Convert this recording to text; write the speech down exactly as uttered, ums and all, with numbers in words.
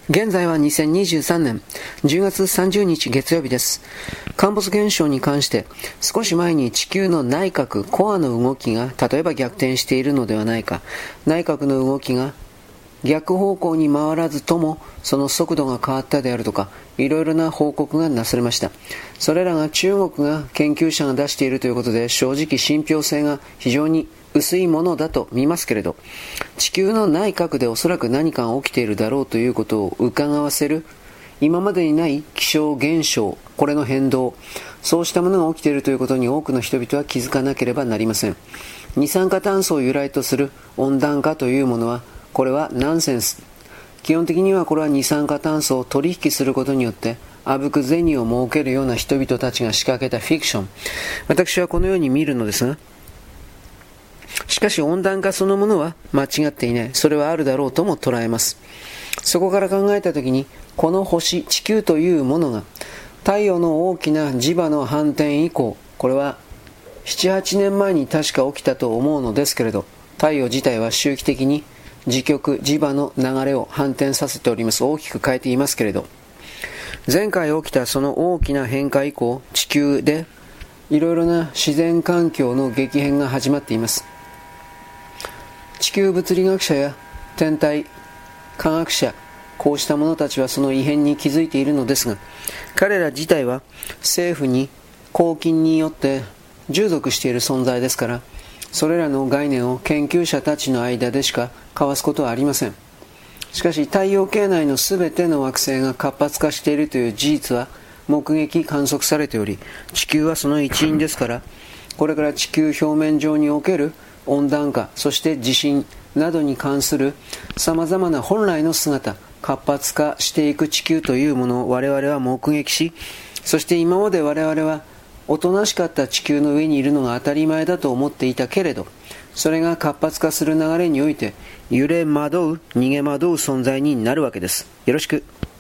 現在はにせんにじゅうさんねんじゅうがつさんじゅうにち月曜日です。陥没現象に関して少し前に地球の内角コアの動きが例えば逆転しているのではないか、内角の動きが逆方向に回らずともその速度が変わったであるとか、いろいろな報告がなされました。それらが中国が研究者が出しているということで、正直信憑性が非常に薄いものだと見ますけれど、地球の内角でおそらく何かが起きているだろうということを伺わせる今までにない気象現象、これの変動、そうしたものが起きているということに多くの人々は気づかなければなりません。二酸化炭素を由来とする温暖化というものは、これはナンセンス。基本的にはこれは二酸化炭素を取引することによってあぶく銭を儲けるような人々たちが仕掛けたフィクション。私はこのように見るのですが、しかし温暖化そのものは間違っていない。それはあるだろうとも捉えます。そこから考えたときに、この星、地球というものが太陽の大きな磁場の反転以降、これはなな、はちねんまえに確か起きたと思うのですけれど、太陽自体は周期的に磁極、磁場の流れを反転させております。大きく変えていますけれど、前回起きたその大きな変化以降、地球でいろいろな自然環境の激変が始まっています。地球物理学者や天体科学者、こうした者たちはその異変に気づいているのですが、彼ら自体は政府に公金によって従属している存在ですから、それらの概念を研究者たちの間でしか交わすことはありません。しかし太陽系内のすべての惑星が活発化しているという事実は目撃観測されており、地球はその一員ですから、これから地球表面上における温暖化、そして地震などに関するさまざまな本来の姿、活発化していく地球というものを我々は目撃し、そして今まで我々はおとなしかった地球の上にいるのが当たり前だと思っていたけれど、それが活発化する流れにおいて揺れ惑う、逃げ惑う存在になるわけです。よろしく。